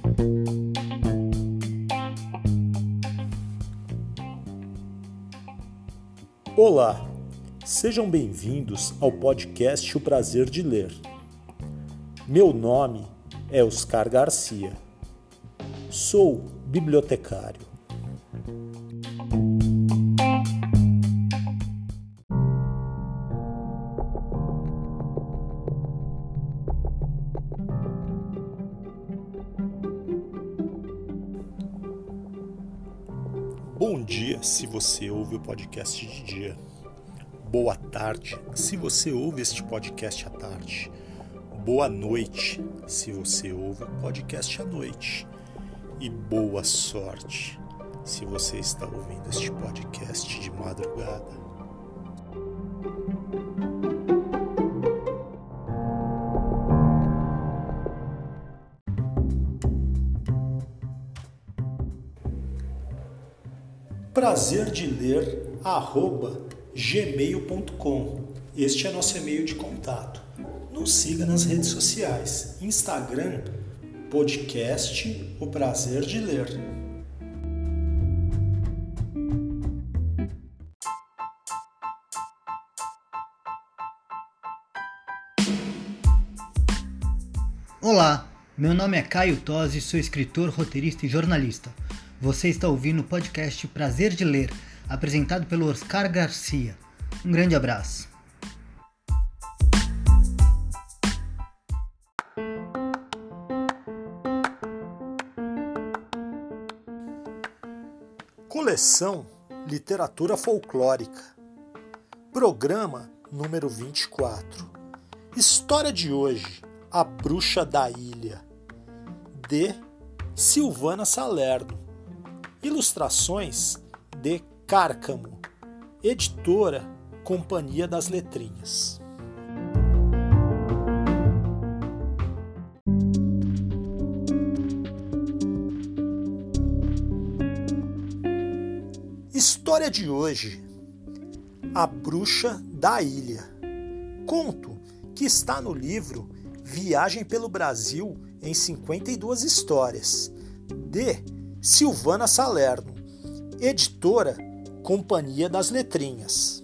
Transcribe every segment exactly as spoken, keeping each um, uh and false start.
Olá, sejam bem-vindos ao podcast O Prazer de Ler. Meu nome é Oscar Garcia. Sou bibliotecário. Bom dia, se você ouve o podcast de dia. Boa tarde, se você ouve este podcast à tarde. Boa noite, se você ouve o podcast à noite. E boa sorte, se você está ouvindo este podcast de madrugada. Prazer de ler, arroba gmail ponto com. Este é nosso e-mail de contato. Nos siga nas redes sociais. Instagram, podcast O Prazer de Ler. Olá, meu nome é Caio Tosi, sou escritor, roteirista e jornalista. Você está ouvindo o podcast Prazer de Ler, apresentado pelo Oscar Garcia. Um grande abraço. Coleção Literatura Folclórica. Programa número vinte e quatro. História de hoje: A Bruxa da Ilha, de Silvana Salerno. Ilustrações de Cárcamo. Editora Companhia das Letrinhas. História de hoje: A Bruxa da Ilha. Conto que está no livro Viagem pelo Brasil em cinquenta e duas Histórias, de Silvana Salerno, editora Companhia das Letrinhas.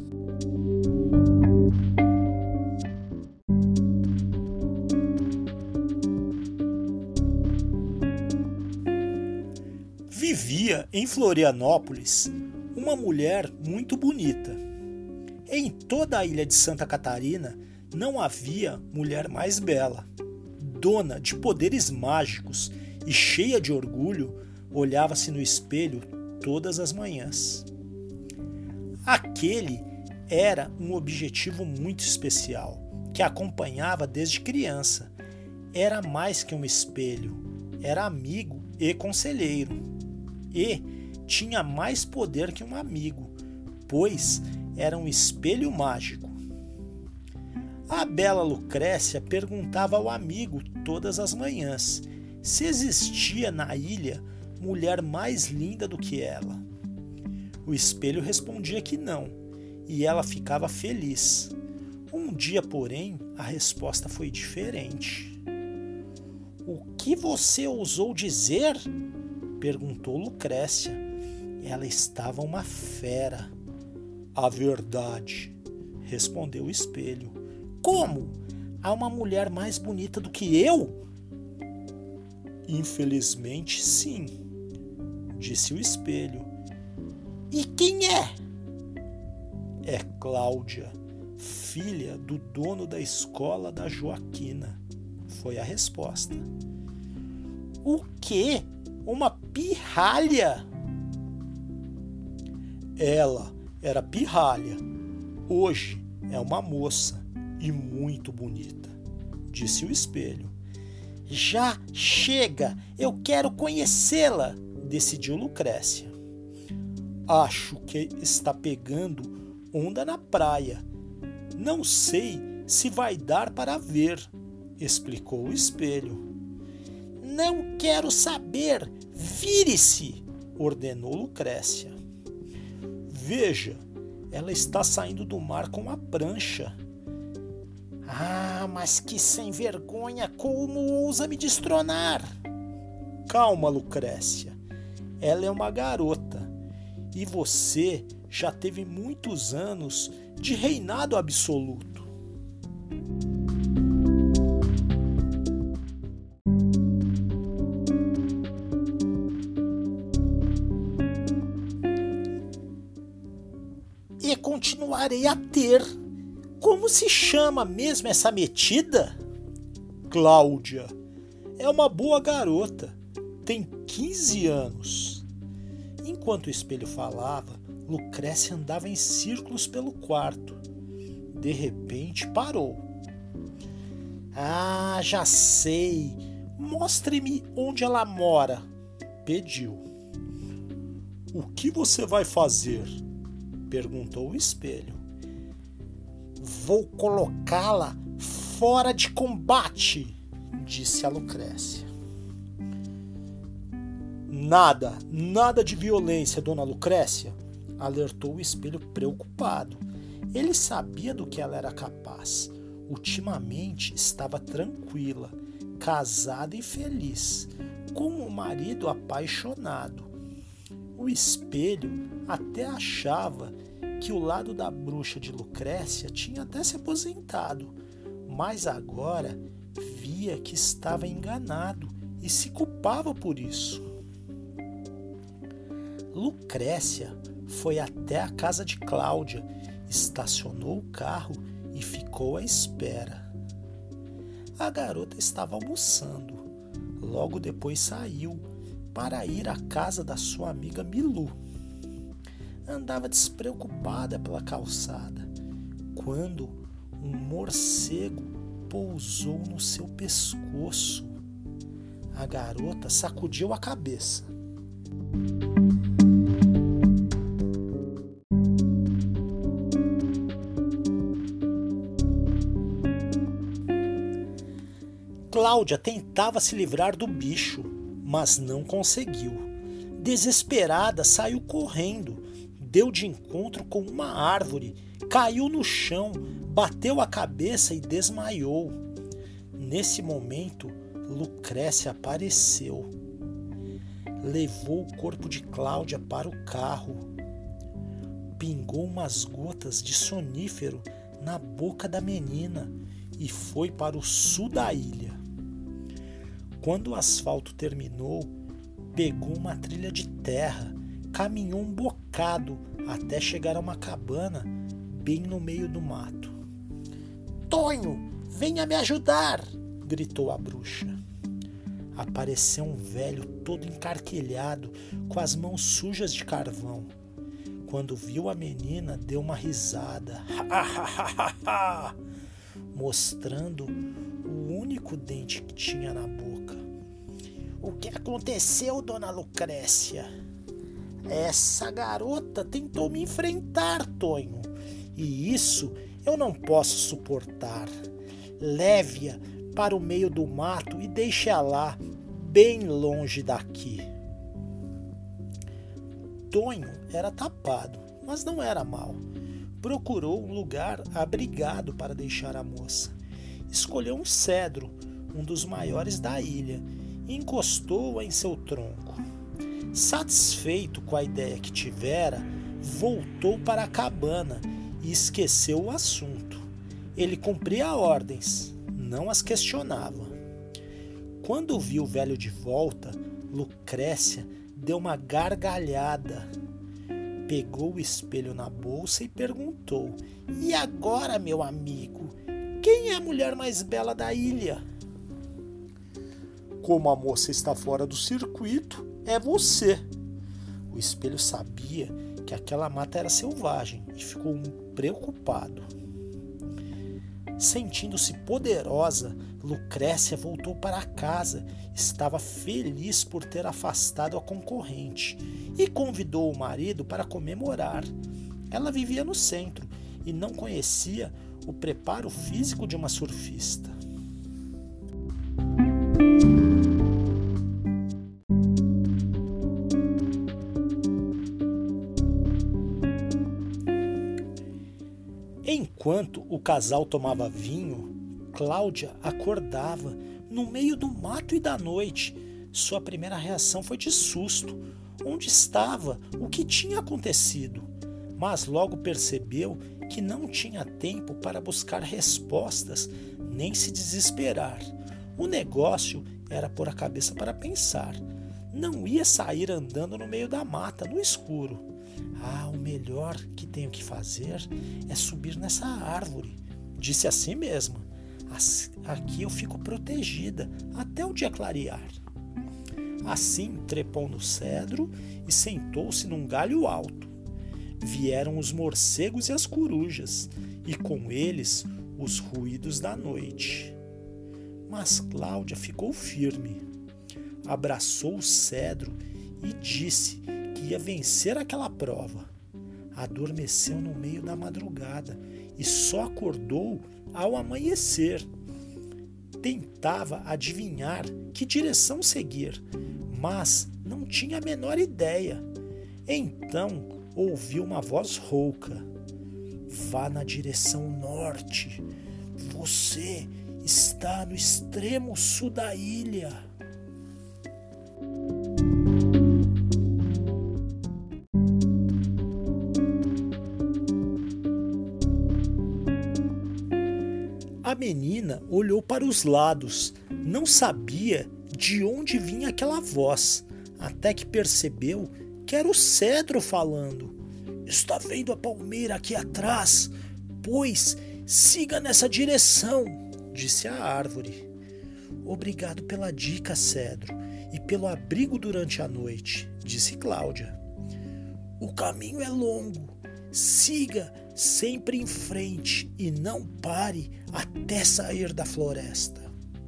Vivia em Florianópolis uma mulher muito bonita. Em toda a ilha de Santa Catarina não havia mulher mais bela. Dona de poderes mágicos e cheia de orgulho, olhava-se no espelho todas as manhãs. Aquele era um objetivo muito especial, que a acompanhava desde criança. Era mais que um espelho, era amigo e conselheiro. E tinha mais poder que um amigo, pois era um espelho mágico. A bela Lucrécia perguntava ao amigo todas as manhãs se existia na ilha mulher mais linda do que ela. O espelho respondia que não, e ela ficava feliz. Um dia, porém, a resposta foi diferente. "O que você ousou dizer?" perguntou Lucrécia. Ela estava uma fera. "A verdade", respondeu o espelho. "Como? Há uma mulher mais bonita do que eu?" "Infelizmente, sim", disse o espelho. "E quem é?" "É Cláudia, filha do dono da escola da Joaquina", foi a resposta. "O quê? Uma pirralha?" "Ela era pirralha. Hoje é uma moça e muito bonita", disse o espelho. "Já chega, eu quero conhecê-la", decidiu Lucrécia. "Acho que está pegando onda na praia. Não sei se vai dar para ver", explicou o espelho. "Não quero saber, vire-se", ordenou Lucrécia. "Veja, ela está saindo do mar com a prancha." "Ah, mas que sem vergonha, como ousa me destronar?" Calma, Lucrécia. Ela é uma garota e você já teve muitos anos de reinado absoluto. E continuarei a ter. Como se chama mesmo essa metida? Cláudia. É uma boa garota. Tem quinze anos. Enquanto o espelho falava, Lucrécia andava em círculos pelo quarto. De repente parou. Ah, já sei. Mostre-me onde ela mora, pediu. O que você vai fazer? Perguntou o espelho. Vou colocá-la fora de combate, disse a Lucrécia. Nada, nada de violência, dona Lucrécia, alertou o espelho preocupado. Ele sabia do que ela era capaz. Ultimamente estava tranquila, casada e feliz, com um marido apaixonado. O espelho até achava que o lado da bruxa de Lucrécia tinha até se aposentado, mas agora via que estava enganado e se culpava por isso. Lucrécia foi até a casa de Cláudia, estacionou o carro e ficou à espera. A garota estava almoçando. Logo depois saiu para ir à casa da sua amiga Milu. Andava despreocupada pela calçada, quando um morcego pousou no seu pescoço. A garota sacudiu a cabeça. Cláudia tentava se livrar do bicho, mas não conseguiu. Desesperada, saiu correndo, deu de encontro com uma árvore, caiu no chão, bateu a cabeça e desmaiou. Nesse momento, Lucrécia apareceu. Levou o corpo de Cláudia para o carro. Pingou umas gotas de sonífero na boca da menina e foi para o sul da ilha. Quando o asfalto terminou, pegou uma trilha de terra, caminhou um bocado até chegar a uma cabana bem no meio do mato. Tonho, venha me ajudar! Gritou a bruxa. Apareceu um velho todo encarquilhado, com as mãos sujas de carvão. Quando viu a menina, deu uma risada, mostrando o único dente que tinha na boca. O que aconteceu, dona Lucrécia? Essa garota tentou me enfrentar, Tonho, e isso eu não posso suportar. Leve-a para o meio do mato e deixe-a lá, bem longe daqui. Tonho era tapado, mas não era mau. Procurou um lugar abrigado para deixar a moça. Escolheu um cedro, um dos maiores da ilha, e encostou-a em seu tronco. Satisfeito com a ideia que tivera, voltou para a cabana e esqueceu o assunto. Ele cumpria ordens, não as questionava. Quando viu o velho de volta, Lucrécia deu uma gargalhada. Pegou o espelho na bolsa e perguntou: E agora, meu amigo, quem é a mulher mais bela da ilha? Como a moça está fora do circuito, é você. O espelho sabia que aquela mata era selvagem e ficou preocupado. Sentindo-se poderosa, Lucrécia voltou para casa. Estava feliz por ter afastado a concorrente e convidou o marido para comemorar. Ela vivia no centro e não conhecia o preparo físico de uma surfista. Enquanto o casal tomava vinho, Cláudia acordava no meio do mato e da noite, Sua primeira reação foi de susto. Onde estava? O que tinha acontecido? Mas logo percebeu que não tinha tempo para buscar respostas nem se desesperar. O negócio era pôr a cabeça para pensar. Não ia sair andando no meio da mata, no escuro. Ah, o melhor que tenho que fazer é subir nessa árvore, disse a si mesma. Aqui eu fico protegida até o dia clarear. Assim trepou no cedro e sentou-se num galho alto. Vieram os morcegos e as corujas, e com eles os ruídos da noite. Mas Cláudia ficou firme. Abraçou o cedro e disse que ia vencer aquela prova. Adormeceu no meio da madrugada e só acordou ao amanhecer. Tentava adivinhar que direção seguir, mas não tinha a menor ideia. Então ouviu uma voz rouca. Vá na direção norte. Você está no extremo sul da ilha. A menina olhou para os lados, não sabia de onde vinha aquela voz, até que percebeu que era o cedro falando. Está vendo a palmeira aqui atrás? Pois siga nessa direção, disse a árvore. Obrigado pela dica, cedro, e pelo abrigo durante a noite, disse Cláudia. O caminho é longo. Siga sempre em frente e não pare até sair da floresta.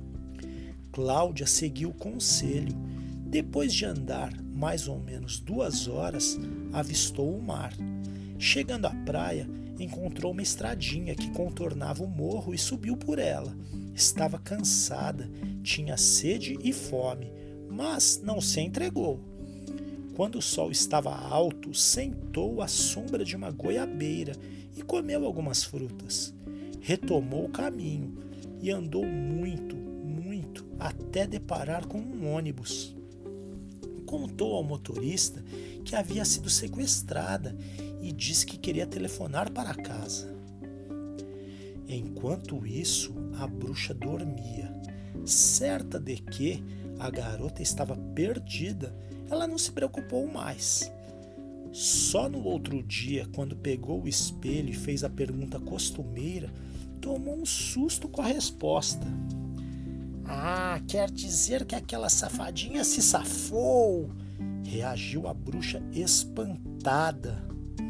Cláudia seguiu o conselho. Depois de andar mais ou menos duas horas, avistou o mar. Chegando à praia, encontrou uma estradinha que contornava o morro e subiu por ela. Estava cansada, tinha sede e fome, mas não se entregou. Quando o sol estava alto, sentou à sombra de uma goiabeira e comeu algumas frutas. Retomou o caminho e andou muito, muito, até deparar com um ônibus. Contou ao motorista que havia sido sequestrada e disse que queria telefonar para casa. Enquanto isso, a bruxa dormia. Certa de que a garota estava perdida, ela não se preocupou mais. Só no outro dia, quando pegou o espelho e fez a pergunta costumeira, tomou um susto com a resposta. Ah, quer dizer que aquela safadinha se safou? Reagiu a bruxa espantada.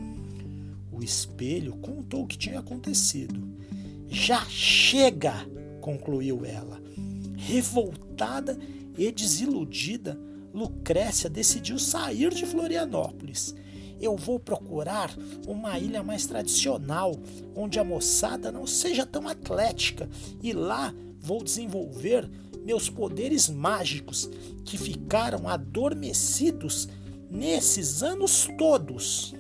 O espelho contou o que tinha acontecido. Já chega, concluiu ela. Revoltada e desiludida, Lucrécia decidiu sair de Florianópolis. Eu vou procurar uma ilha mais tradicional, onde a moçada não seja tão atlética, e lá vou desenvolver meus poderes mágicos que ficaram adormecidos nesses anos todos.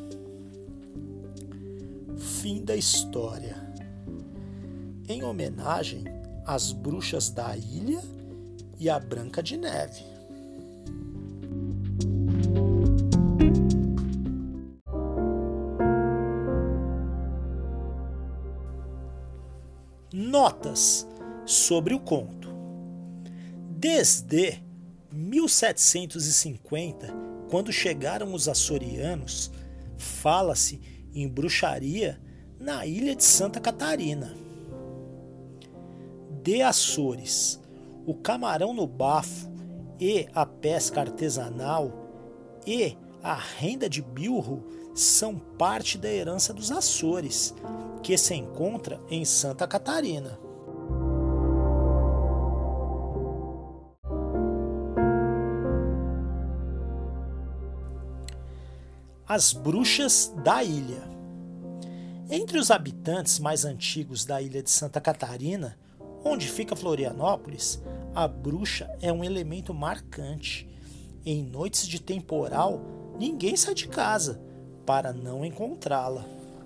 Fim da história. Em homenagem às bruxas da ilha e à Branca de Neve. Notas sobre o conto. Desde mil setecentos e cinquenta, quando chegaram os açorianos, fala-se em bruxaria na ilha de Santa Catarina. De Açores, o camarão no bafo e a pesca artesanal e a renda de bilro são parte da herança dos Açores, que se encontra em Santa Catarina. As bruxas da ilha. Entre os habitantes mais antigos da ilha de Santa Catarina, onde fica Florianópolis, a bruxa é um elemento marcante. Em noites de temporal, ninguém sai de casa para não encontrá-la.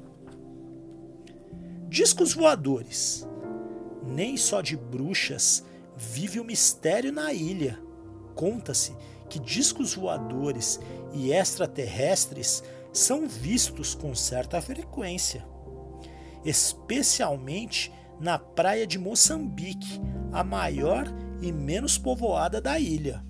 Discos voadores. Nem só de bruxas vive o mistério na ilha. Conta-se que discos voadores e extraterrestres são vistos com certa frequência, especialmente na praia de Moçambique, a maior e menos povoada da ilha.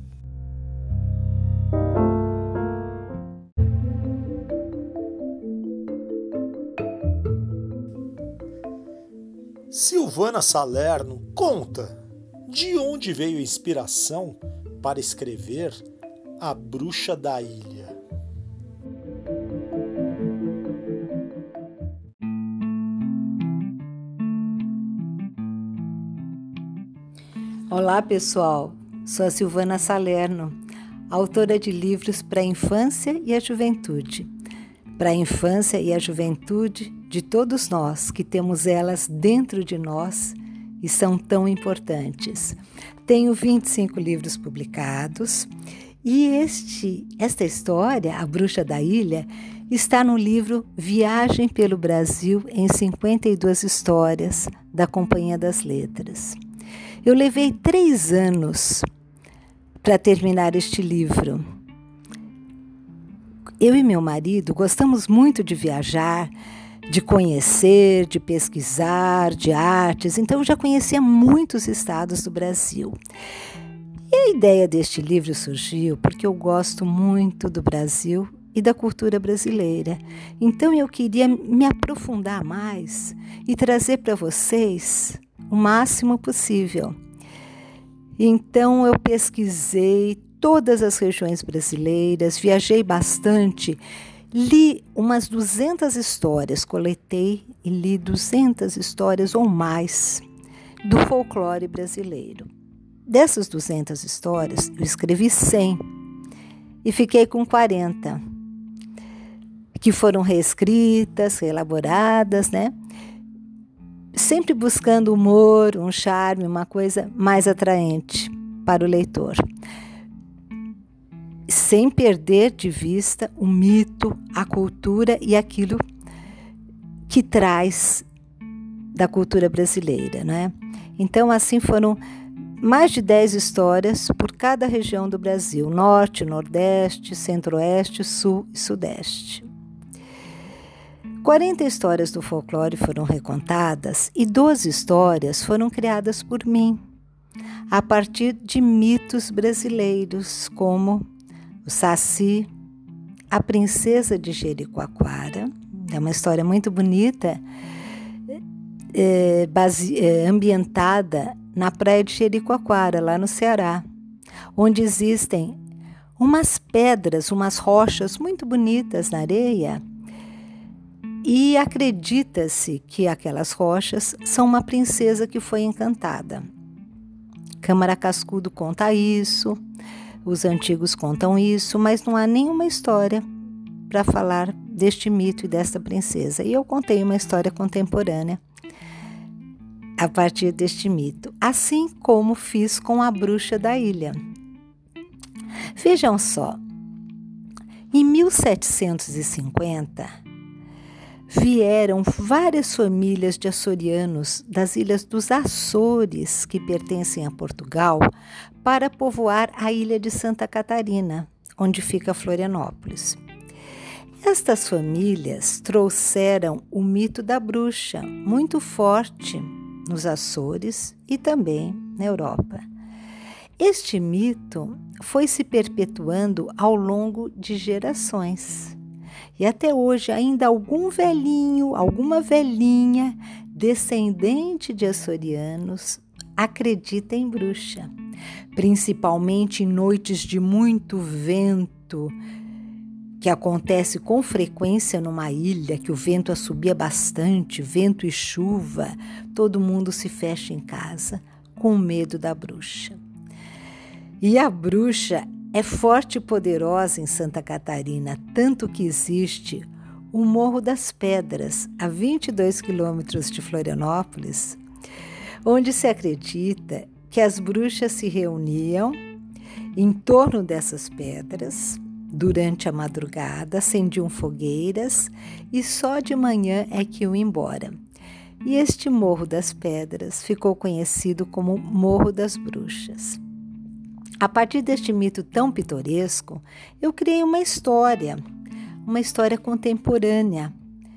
Silvana Salerno conta de onde veio a inspiração para escrever A Bruxa da Ilha. Olá pessoal, sou a Silvana Salerno, autora de livros para a infância e a juventude. Para a infância e a juventude de todos nós, que temos elas dentro de nós e são tão importantes. Tenho vinte e cinco livros publicados e este, esta história, A Bruxa da Ilha, está no livro Viagem pelo Brasil em cinquenta e duas Histórias, da Companhia das Letras. Eu levei três anos para terminar este livro. Eu e meu marido gostamos muito de viajar, de conhecer, de pesquisar, de artes, então eu já conhecia muitos estados do Brasil. E a ideia deste livro surgiu porque eu gosto muito do Brasil e da cultura brasileira. Então eu queria me aprofundar mais e trazer para vocês o máximo possível. Então eu pesquisei todas as regiões brasileiras, viajei bastante, li umas duzentas histórias, coletei e li duzentas histórias ou mais do folclore brasileiro. Dessas duzentas histórias, eu escrevi cem e fiquei com quarenta, que foram reescritas, reelaboradas, né? Sempre buscando humor, um charme, uma coisa mais atraente para o leitor. Sem perder de vista o mito, a cultura e aquilo que traz da cultura brasileira, né? Então, assim, foram mais de dez histórias por cada região do Brasil: Norte, Nordeste, Centro-Oeste, Sul e Sudeste. quarenta histórias do folclore foram recontadas e doze histórias foram criadas por mim, a partir de mitos brasileiros, como o Saci, a Princesa de Jericoacoara. É uma história muito bonita, é, base, é, ambientada na praia de Jericoacoara, lá no Ceará, onde existem umas pedras, umas rochas muito bonitas na areia, e acredita-se que aquelas rochas são uma princesa que foi encantada. Câmara Cascudo conta isso, os antigos contam isso, mas não há nenhuma história para falar deste mito e desta princesa. E eu contei uma história contemporânea a partir deste mito, assim como fiz com A Bruxa da Ilha. Vejam só, em mil setecentos e cinquenta, vieram várias famílias de açorianos das ilhas dos Açores, que pertencem a Portugal, para povoar a ilha de Santa Catarina, onde fica Florianópolis. Estas famílias trouxeram o mito da bruxa, muito forte nos Açores e também na Europa. Este mito foi se perpetuando ao longo de gerações. E até hoje ainda algum velhinho, alguma velhinha descendente de açorianos acredita em bruxa, principalmente em noites de muito vento, que acontece com frequência numa ilha, que o vento assobia bastante, vento e chuva, todo mundo se fecha em casa com medo da bruxa. E a bruxa é forte e poderosa em Santa Catarina, tanto que existe o Morro das Pedras, a vinte e dois quilômetros de Florianópolis, onde se acredita que as bruxas se reuniam em torno dessas pedras durante a madrugada, acendiam fogueiras e só de manhã é que iam embora. E este Morro das Pedras ficou conhecido como Morro das Bruxas. A partir deste mito tão pitoresco, eu criei uma história, uma história contemporânea,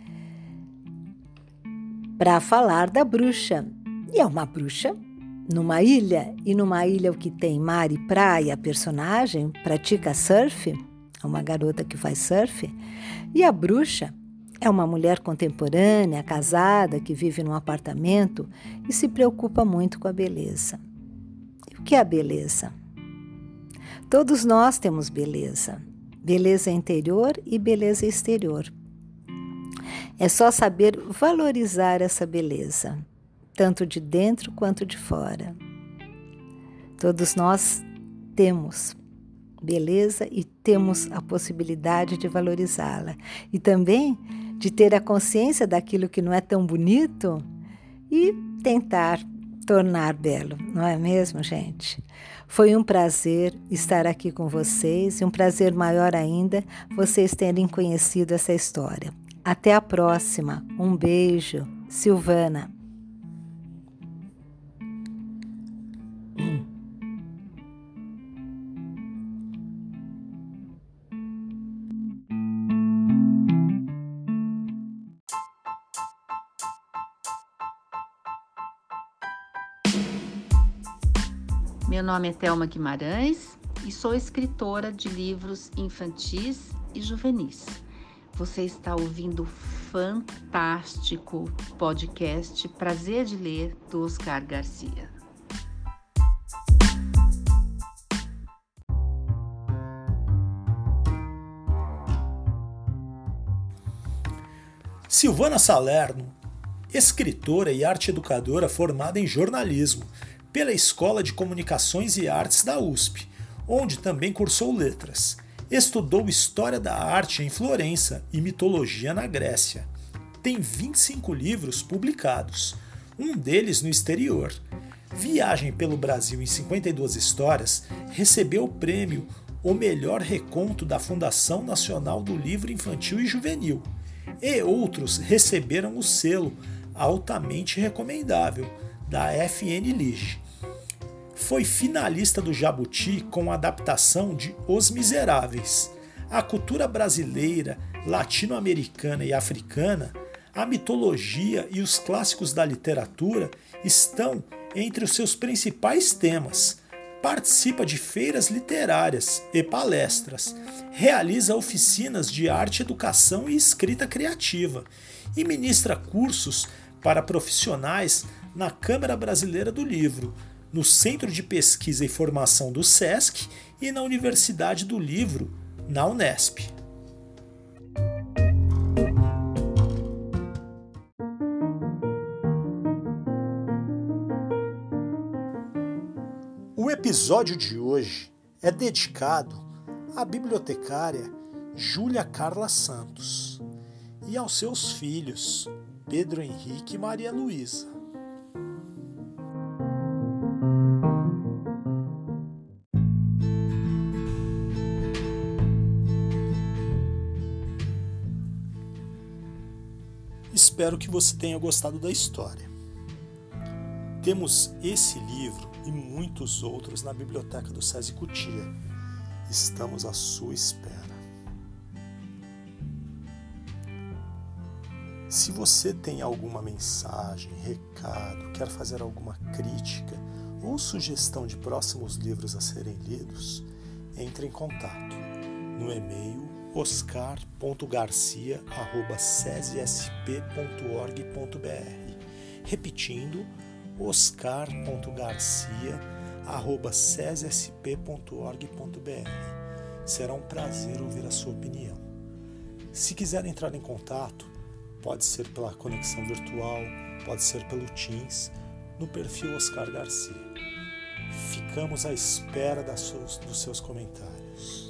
para falar da bruxa. E é uma bruxa numa ilha, e numa ilha o que tem mar e praia, a personagem pratica surf, é uma garota que faz surf, e a bruxa é uma mulher contemporânea, casada, que vive num apartamento e se preocupa muito com a beleza. E o que é a beleza? Todos nós temos beleza, beleza interior e beleza exterior. É só saber valorizar essa beleza, tanto de dentro quanto de fora. Todos nós temos beleza e temos a possibilidade de valorizá-la. E também de ter a consciência daquilo que não é tão bonito e tentar tornar belo, não é mesmo, gente? Foi um prazer estar aqui com vocês e um prazer maior ainda vocês terem conhecido essa história. Até a próxima. Um beijo. Silvana. Meu nome é Thelma Guimarães e sou escritora de livros infantis e juvenis. Você está ouvindo o fantástico podcast Prazer de Ler, do Oscar Garcia. Silvana Salerno, escritora e arte-educadora formada em jornalismo pela Escola de Comunicações e Artes da U S P, onde também cursou letras. Estudou História da Arte em Florença e Mitologia na Grécia. Tem vinte e cinco livros publicados, um deles no exterior. Viagem pelo Brasil em cinquenta e duas histórias, recebeu o prêmio O Melhor Reconto da Fundação Nacional do Livro Infantil e Juvenil. E outros receberam o selo Altamente Recomendável, da F N Lige. Foi finalista do Jabuti com a adaptação de Os Miseráveis. A cultura brasileira, latino-americana e africana, a mitologia e os clássicos da literatura estão entre os seus principais temas. Participa de feiras literárias e palestras, realiza oficinas de arte, educação e escrita criativa e ministra cursos para profissionais na Câmara Brasileira do Livro, no Centro de Pesquisa e Formação do SESC e na Universidade do Livro, na Unesp. O episódio de hoje é dedicado à bibliotecária Júlia Carla Santos e aos seus filhos, Pedro Henrique e Maria Luísa. Espero que você tenha gostado da história. Temos esse livro e muitos outros na biblioteca do SESI Cotia. Estamos à sua espera. Se você tem alguma mensagem, recado, quer fazer alguma crítica ou sugestão de próximos livros a serem lidos, entre em contato no e-mail oscar ponto garcia arroba sesesp ponto org ponto br, repetindo oscar ponto garcia arroba sesesp ponto org ponto br. Será um prazer ouvir a sua opinião. Se quiser entrar em contato, pode ser pela conexão virtual, pode ser pelo Teams, no perfil Oscar Garcia. Ficamos à espera das suas, dos seus comentários.